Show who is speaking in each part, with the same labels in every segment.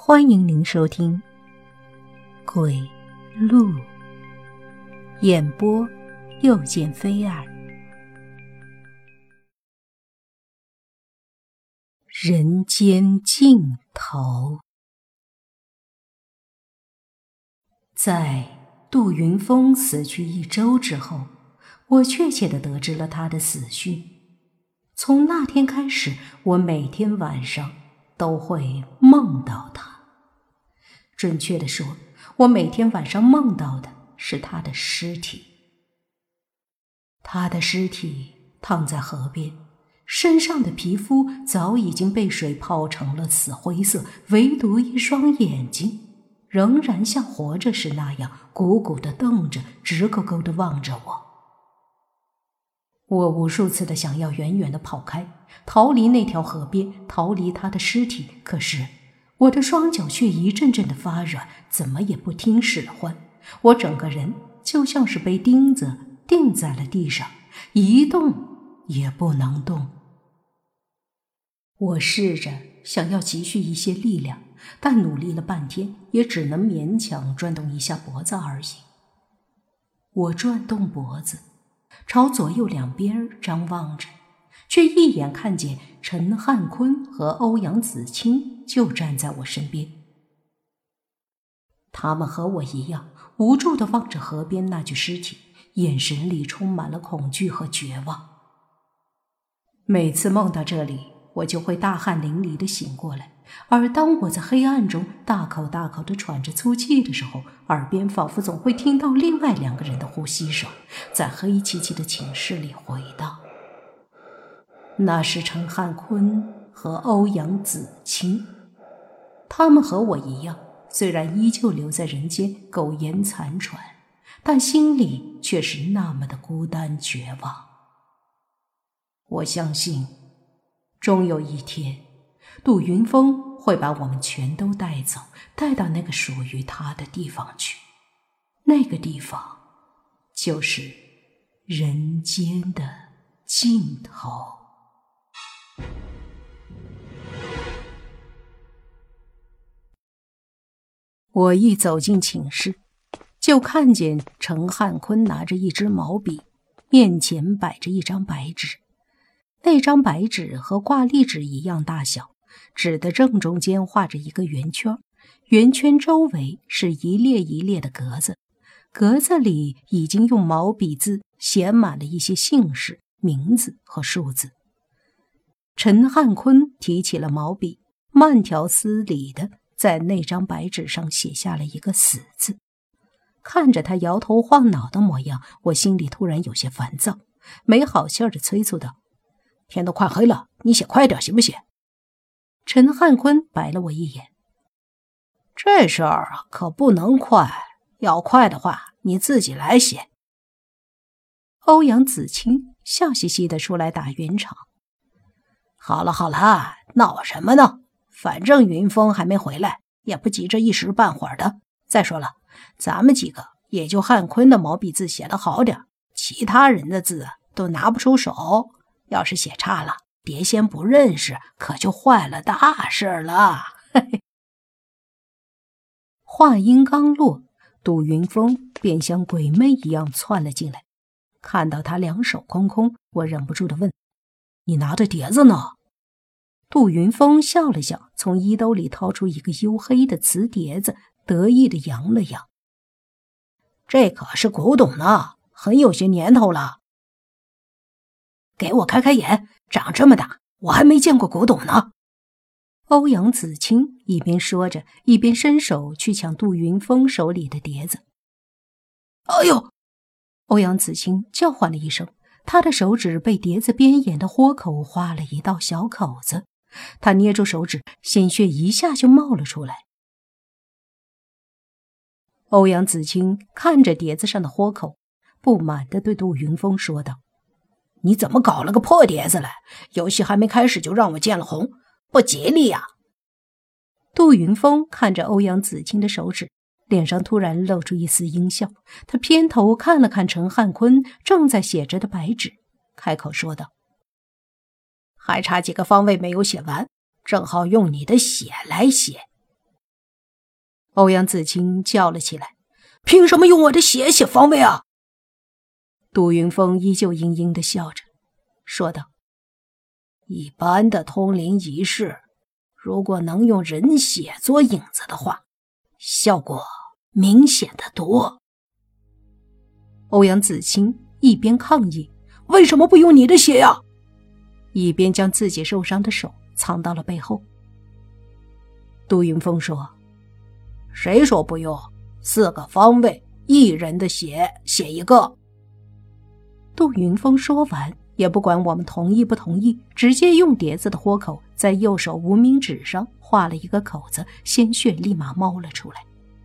Speaker 1: 欢迎您收听《鬼路》，演播又见菲儿。人间尽头。在杜云峰死去1周之后，我确切地得知了他的死讯。从那天开始，我每天晚上都会梦到他。准确地说，我每天晚上梦到的是他的尸体。他的尸体躺在河边，身上的皮肤早已经被水泡成了死灰色，唯独一双眼睛仍然像活着时那样鼓鼓地瞪着，直勾勾地望着我。我无数次地想要远远地跑开，逃离那条河边，逃离他的尸体，可是我的双脚却一阵阵地发软，怎么也不听使唤。我整个人就像是被钉子钉在了地上，一动也不能动。我试着想要积蓄一些力量，但努力了半天，也只能勉强转动一下脖子而已。我转动脖子，朝左右两边张望着，却一眼看见陈汉坤和欧阳子清就站在我身边。他们和我一样，无助地望着河边那具尸体，眼神里充满了恐惧和绝望。每次梦到这里，我就会大汗淋漓地醒过来，而当我在黑暗中大口大口地喘着粗气的时候，耳边仿佛总会听到另外2个人的呼吸声，在黑漆漆的寝室里回荡。那是陈汉坤和欧阳子清，他们和我一样，虽然依旧留在人间苟延残喘，但心里却是那么的孤单绝望。我相信终有一天，杜云峰会把我们全都带走，带到那个属于他的地方去。那个地方就是人间的尽头。我一走进寝室，就看见陈汉坤拿着一支毛笔，面前摆着一张白纸。那张白纸和挂历纸一样大小，纸的正中间画着一个圆圈，圆圈周围是一列一列的格子，格子里已经用毛笔字写满了一些姓氏、名字和数字。陈汉坤提起了毛笔，慢条斯理地在那张白纸上写下了一个死字。看着他摇头晃脑的模样，我心里突然有些烦躁，没好气地催促道：天都快黑了，你写快点行不行？陈汉坤白了我一眼：这事儿可不能快，要快的话你自己来写。欧阳子清笑嘻嘻地出来打圆场：好了好了，闹什么呢？反正云峰还没回来，也不急着一时半会儿的。再说了，咱们几个也就汉坤的毛笔字写得好点，其他人的字都拿不出手，要是写差了，别先不认识，可就坏了大事了。话音刚落，杜云峰便像鬼魅一样窜了进来。看到他两手空空，我忍不住地问：你拿着碟子呢？杜云峰笑了笑，从衣兜里掏出一个黝黑的瓷碟子，得意地扬了扬：这可是古董呢，很有些年头了。给我开开眼，长这么大我还没见过古董呢。欧阳子清一边说着，一边伸手去抢杜云峰手里的碟子。哎呦！欧阳子清叫唤了一声，他的手指被碟子边沿的豁口划了一道小口子，他捏住手指，鲜血一下就冒了出来。欧阳子清看着碟子上的豁口，不满地对杜云峰说道：你怎么搞了个破碟子来？游戏还没开始就让我见了红，不吉利呀！杜云峰看着欧阳子清的手指，脸上突然露出一丝阴笑，他偏头看了看陈汉坤正在写着的白纸，开口说道：还差几个方位没有写完，正好用你的血来写。 欧阳子清叫了起来：“
Speaker 2: 凭什么用我的血写方位啊？”
Speaker 1: 杜云峰依旧阴阴地笑着，说道：“
Speaker 2: 一般的通灵仪式，如果能用人血做影子的话，效果明显得多。”
Speaker 1: 欧阳子清一边抗议：“
Speaker 2: 为什么不用你的血呀？”
Speaker 1: 一边将自己受伤的手藏到了背后。杜云峰说：“
Speaker 2: 谁说不用？4个方位，1人的血写1个。”
Speaker 1: 杜云峰说完，也不管我们同意不同意，直接用碟子的豁口在右手无名指上画了一个口子，鲜血立马冒了出来。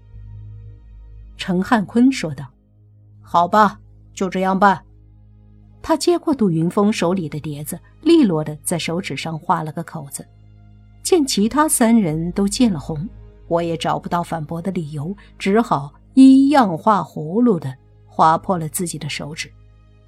Speaker 1: 陈汉坤说道：“
Speaker 2: 好吧，就这样办。”
Speaker 1: 他接过杜云峰手里的碟子，利落地在手指上画了个口子。见其他3人都见了红，我也找不到反驳的理由，只好一样画葫芦的划破了自己的手指。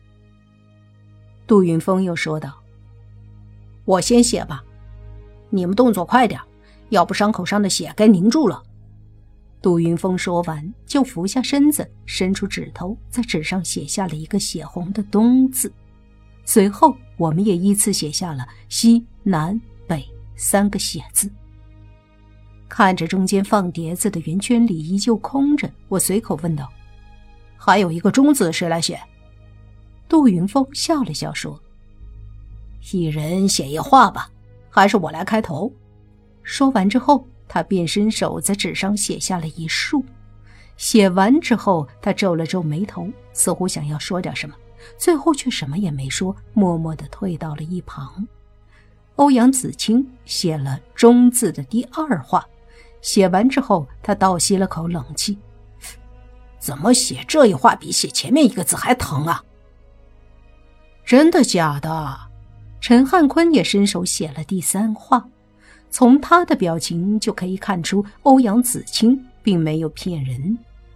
Speaker 1: 杜云峰又说道：“
Speaker 2: 我先写吧，你们动作快点，要不伤口上的血该凝住了。”
Speaker 1: 杜云峰说完，就俯下身子，伸出指头，在纸上写下了一个血红的东字。随后，我们也依次写下了西南北3个血字。看着中间放碟子的圆圈里依旧空着，我随口问道：“
Speaker 2: 还有一个中字，谁来写？”
Speaker 1: 杜云峰笑了笑说：“
Speaker 2: 一人写一画吧，还是我来开头。”
Speaker 1: 说完之后，他便伸手在纸上写下了一竖。写完之后，他皱了皱眉头，似乎想要说点什么，最后却什么也没说，默默地退到了一旁。欧阳子清写了中字的第2画，写完之后，他倒吸了口冷气：“
Speaker 2: 怎么写这一画比写前面一个字还疼啊？”“
Speaker 1: 真的假的？”陈汉坤也伸手写了第3画，从他的表情就可以看出欧阳子清并没有骗人。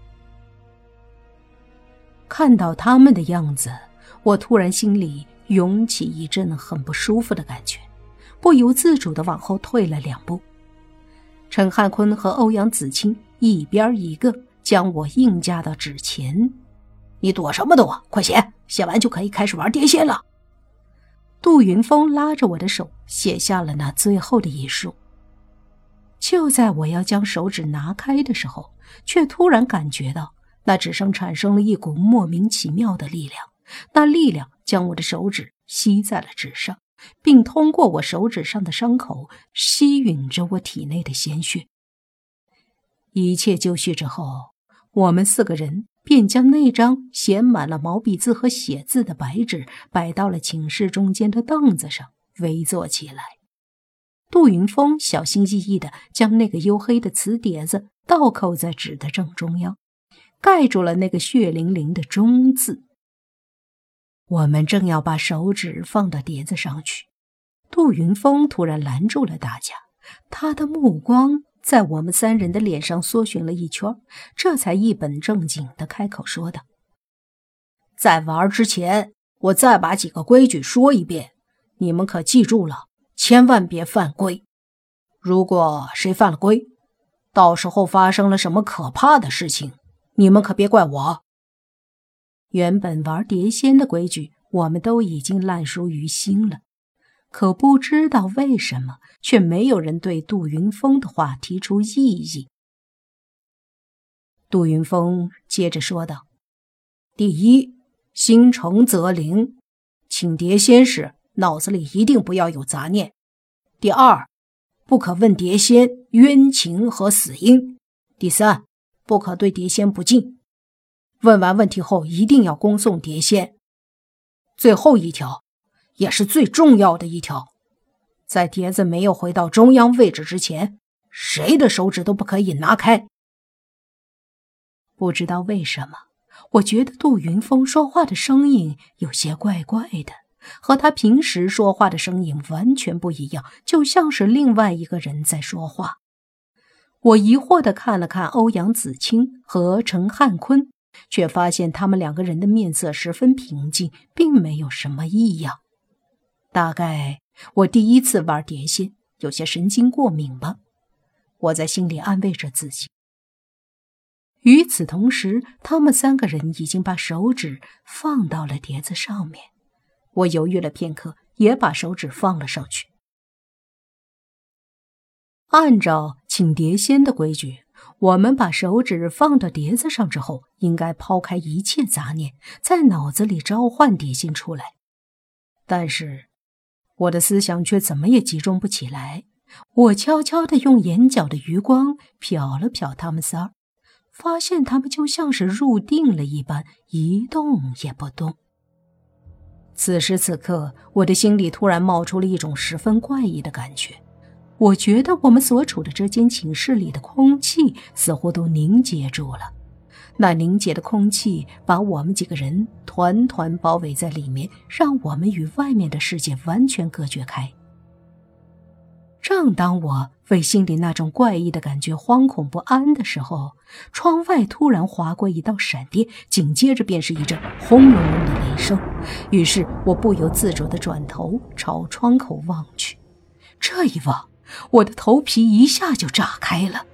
Speaker 1: 看到他们的样子，我突然心里涌起一阵很不舒服的感觉，不由自主地往后退了2步。陈汉坤和欧阳子清一边一个将我硬架到纸前。
Speaker 2: “你躲什么躲？快写，写完就可以开始玩碟仙了。”
Speaker 1: 杜云峰拉着我的手写下了那最后的一竖。就在我要将手指拿开的时候，却突然感觉到那纸上产生了一股莫名其妙的力量，那力量将我的手指吸在了纸上，并通过我手指上的伤口吸吮着我体内的鲜血。一切就绪之后，我们4个人便将那张写满了毛笔字和血字的白纸摆到了寝室中间的凳子上，围坐起来。杜云峰小心翼翼地将那个黝黑的瓷碟子倒扣在纸的正中央，盖住了那个血淋淋的中字。我们正要把手指放到碟子上去，杜云峰突然拦住了大家，他的目光在我们3人的脸上搜寻了一圈，这才一本正经地开口说道：“
Speaker 2: 在玩之前，我再把几个规矩说一遍，你们可记住了，千万别犯规。如果谁犯了规，到时候发生了什么可怕的事情，你们可别怪我。”
Speaker 1: 原本玩碟仙的规矩我们都已经烂熟于心了，可不知道为什么却没有人对杜云峰的话提出异议。杜云峰接着说道：“
Speaker 2: 第一，心诚则灵，请碟仙时脑子里一定不要有杂念。第二，不可问碟仙冤情和死因。第三，不可对碟仙不敬。问完问题后一定要恭送碟仙。最后一条，也是最重要的一条，在碟子没有回到中央位置之前，谁的手指都不可以拿开。”
Speaker 1: 不知道为什么，我觉得杜云峰说话的声音有些怪怪的，和他平时说话的声音完全不一样，就像是另外一个人在说话。我疑惑地看了看欧阳子清和陈汉坤，却发现他们2个人的面色十分平静，并没有什么异样。大概我第一次玩碟仙，有些神经过敏吧。我在心里安慰着自己。 与此同时，他们3个人已经把手指放到了碟子上面。我犹豫了片刻，也把手指放了上去。按照请碟仙的规矩，我们把手指放到碟子上之后，应该抛开一切杂念，在脑子里召唤碟仙出来。但是我的思想却怎么也集中不起来。我悄悄地用眼角的余光瞟了瞟他们仨，发现他们就像是入定了一般，一动也不动。此时此刻，我的心里突然冒出了一种十分怪异的感觉。我觉得我们所处的这间寝室里的空气似乎都凝结住了，那凝结的空气把我们几个人团团包围在里面，让我们与外面的世界完全隔绝开。正当我为心里那种怪异的感觉惶恐不安的时候，窗外突然划过一道闪电，紧接着便是一阵轰隆隆的雷声。于是我不由自主地转头朝窗口望去，这一望，我的头皮一下就炸开了。